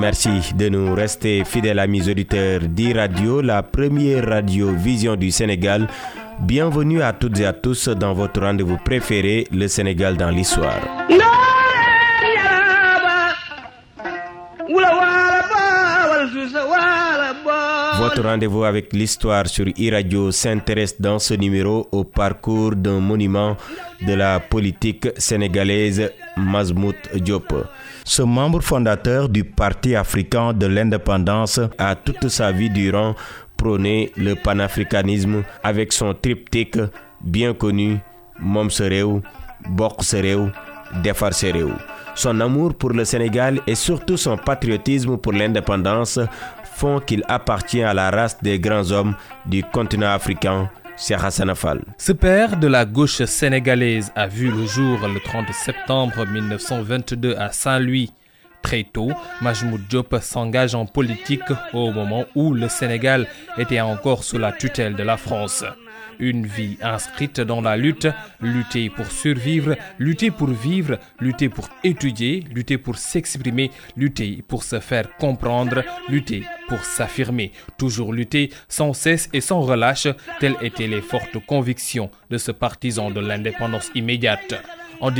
Merci de nous rester fidèles amis auditeurs d'e-Radio, la première radio-vision du Sénégal. Bienvenue à toutes et à tous dans votre rendez-vous préféré, le Sénégal dans l'histoire. Votre rendez-vous avec l'histoire sur e-Radio s'intéresse dans ce numéro au parcours d'un monument de la politique sénégalaise, Majmout Diop. Ce membre fondateur du Parti africain de l'indépendance a toute sa vie durant prôné le panafricanisme avec son triptyque bien connu, Mom Sa Réew, Bokk Sa Réew, Defar Sa Réew. Son amour pour le Sénégal et surtout son patriotisme pour l'indépendance font qu'il appartient à la race des grands hommes du continent africain, Cheikh Hassana Fall. Ce père de la gauche sénégalaise a vu le jour le 30 septembre 1922 à Saint-Louis. Très tôt, Majmout Diop s'engage en politique au moment où le Sénégal était encore sous la tutelle de la France. Une vie inscrite dans la lutte, lutter pour survivre, lutter pour vivre, lutter pour étudier, lutter pour s'exprimer, lutter pour se faire comprendre, lutter pour s'affirmer. Toujours lutter sans cesse et sans relâche, telles étaient les fortes convictions de ce partisan de l'indépendance immédiate. En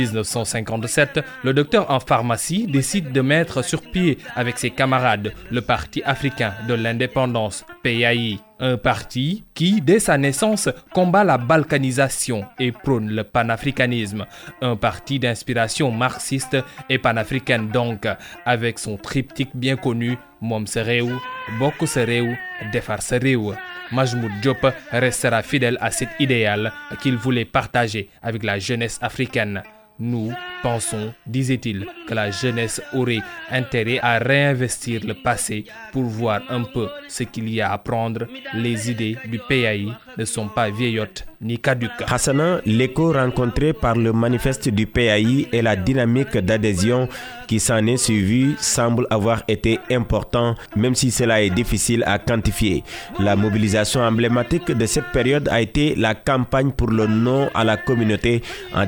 1957, le docteur en pharmacie décide de mettre sur pied avec ses camarades le Parti africain de l'indépendance, PAI. Un parti qui, dès sa naissance, combat la balkanisation et prône le panafricanisme. Un parti d'inspiration marxiste et panafricaine donc, avec son triptyque bien connu, Mom Sa Réew, Bokk Sa Réew, Defar Sa Réew. Majmout Diop restera fidèle à cet idéal qu'il voulait partager avec la jeunesse africaine. Nous pensons, disait-il, que la jeunesse aurait intérêt à réinvestir le passé pour voir un peu ce qu'il y a à apprendre. Les idées du PAI ne sont pas vieillottes ni caduques. Hassana, l'écho rencontré par le manifeste du PAI et la dynamique d'adhésion qui s'en est suivie semble avoir été important, même si cela est difficile à quantifier. La mobilisation emblématique de cette période a été la campagne pour le non à la communauté en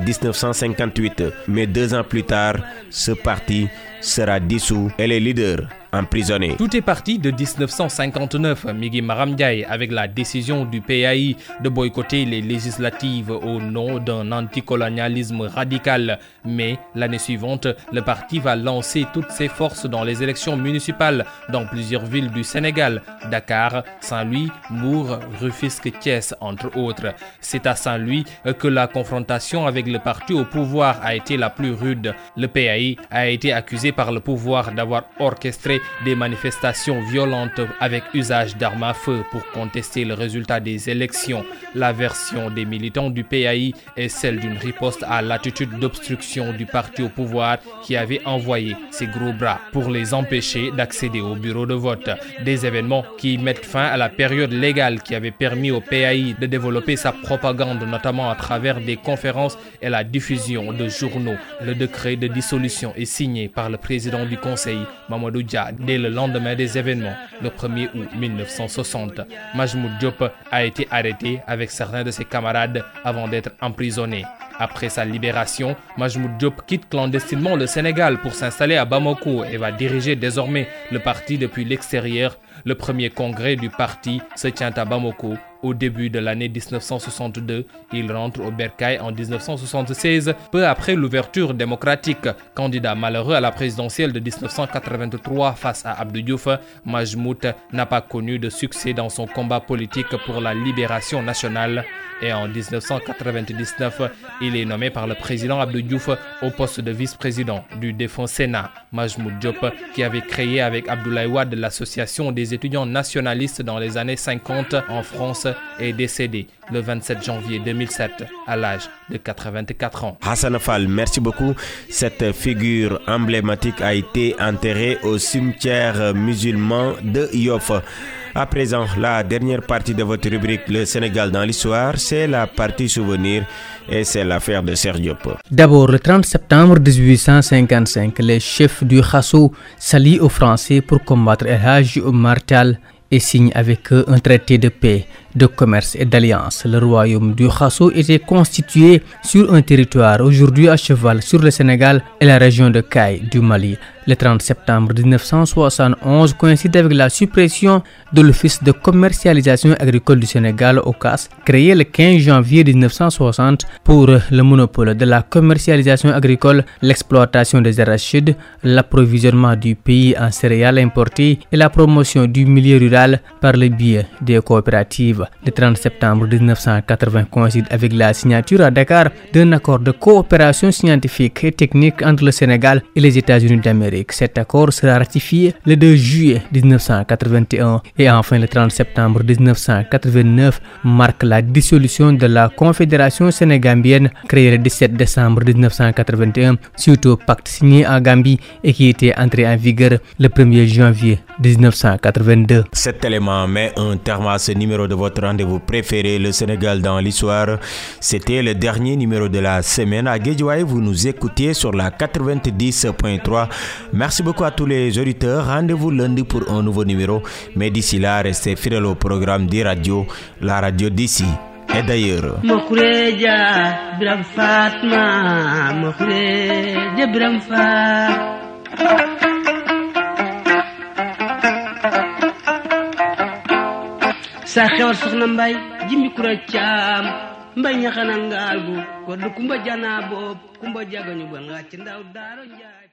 1958. Mais 2 ans plus tard, ce parti sera dissous et les leaders emprisonnés. Tout est parti de 1959, Migui Maram Ndiaye, avec la décision du PAI de boycotter les législatives au nom d'un anticolonialisme radical. Mais l'année suivante, le parti va lancer toutes ses forces dans les élections municipales dans plusieurs villes du Sénégal, Dakar, Saint-Louis, Mbour, Rufisque, Thiès, entre autres. C'est à Saint-Louis que la confrontation avec le parti au pouvoir a été la plus rude. Le PAI a été accusé par le pouvoir d'avoir orchestré des manifestations violentes avec usage d'armes à feu pour contester le résultat des élections. La version des militants du PAI est celle d'une riposte à l'attitude d'obstruction du parti au pouvoir qui avait envoyé ses gros bras pour les empêcher d'accéder au bureau de vote. Des événements qui mettent fin à la période légale qui avait permis au PAI de développer sa propagande, notamment à travers des conférences et la diffusion de journaux. Le décret de dissolution est signé par le président du Conseil, Mamadou Dia, dès le lendemain des événements, le 1er août 1960. Majmout Diop a été arrêté avec certains de ses camarades avant d'être emprisonné. Après sa libération, Majmout Diop quitte clandestinement le Sénégal pour s'installer à Bamako et va diriger désormais le parti depuis l'extérieur. Le premier congrès du parti se tient à Bamako au début de l'année 1962. Il rentre au Bercail en 1976, peu après l'ouverture démocratique. Candidat malheureux à la présidentielle de 1983 face à Abdou Diouf, Majmout n'a pas connu de succès dans son combat politique pour la libération nationale. Et en 1999, il est nommé par le président Abdou Diouf au poste de vice-président du défunt Sénat. Majmout Diop, qui avait créé avec Abdoulaye Wade l'association des étudiants nationalistes dans les années 50 en France, est décédé le 27 janvier 2007 à l'âge de 84 ans. Hassana Fall, merci beaucoup. Cette figure emblématique a été enterrée au cimetière musulman de Yoff. À présent, la dernière partie de votre rubrique Le Sénégal dans l'histoire, c'est la partie souvenir et c'est l'affaire de Cheikh Diop. D'abord, le 30 septembre 1855, les chefs du Khasso s'allient aux Français pour combattre El Hadji Omar Tall et signe avec eux un traité de paix. de commerce et d'alliance. Le royaume du Khasso était constitué sur un territoire aujourd'hui à cheval sur le Sénégal et la région de Kaye du Mali. Le 30 septembre 1971 coïncide avec la suppression de l'Office de commercialisation agricole du Sénégal, OCAS, créé le 15 janvier 1960 pour le monopole de la commercialisation agricole, l'exploitation des arachides, l'approvisionnement du pays en céréales importées et la promotion du milieu rural par le biais des coopératives. Le 30 septembre 1980 coïncide avec la signature à Dakar d'un accord de coopération scientifique et technique entre le Sénégal et les États-Unis d'Amérique. Cet accord sera ratifié le 2 juillet 1981 et enfin le 30 septembre 1989 marque la dissolution de la Confédération sénégambienne créée le 17 décembre 1981 suite au pacte signé en Gambie et qui était entré en vigueur le 1er janvier 1982. Cet élément met un terme à ce numéro de votre rendez-vous préféré, le Sénégal dans l'histoire. C'était le dernier numéro de la semaine. À Guédiawaye, vous nous écoutiez sur la 90.3. Merci beaucoup à tous les auditeurs. Rendez-vous lundi pour un nouveau numéro. Mais d'ici là, restez fidèles au programme d'e-radio, la radio d'ici et d'ailleurs. sa xewar soxna mbay jimbi kura caam mbay ñaxana ngal gu ko du kumba jana bob kumba jagañu ba nga ci ndaw daaro njaay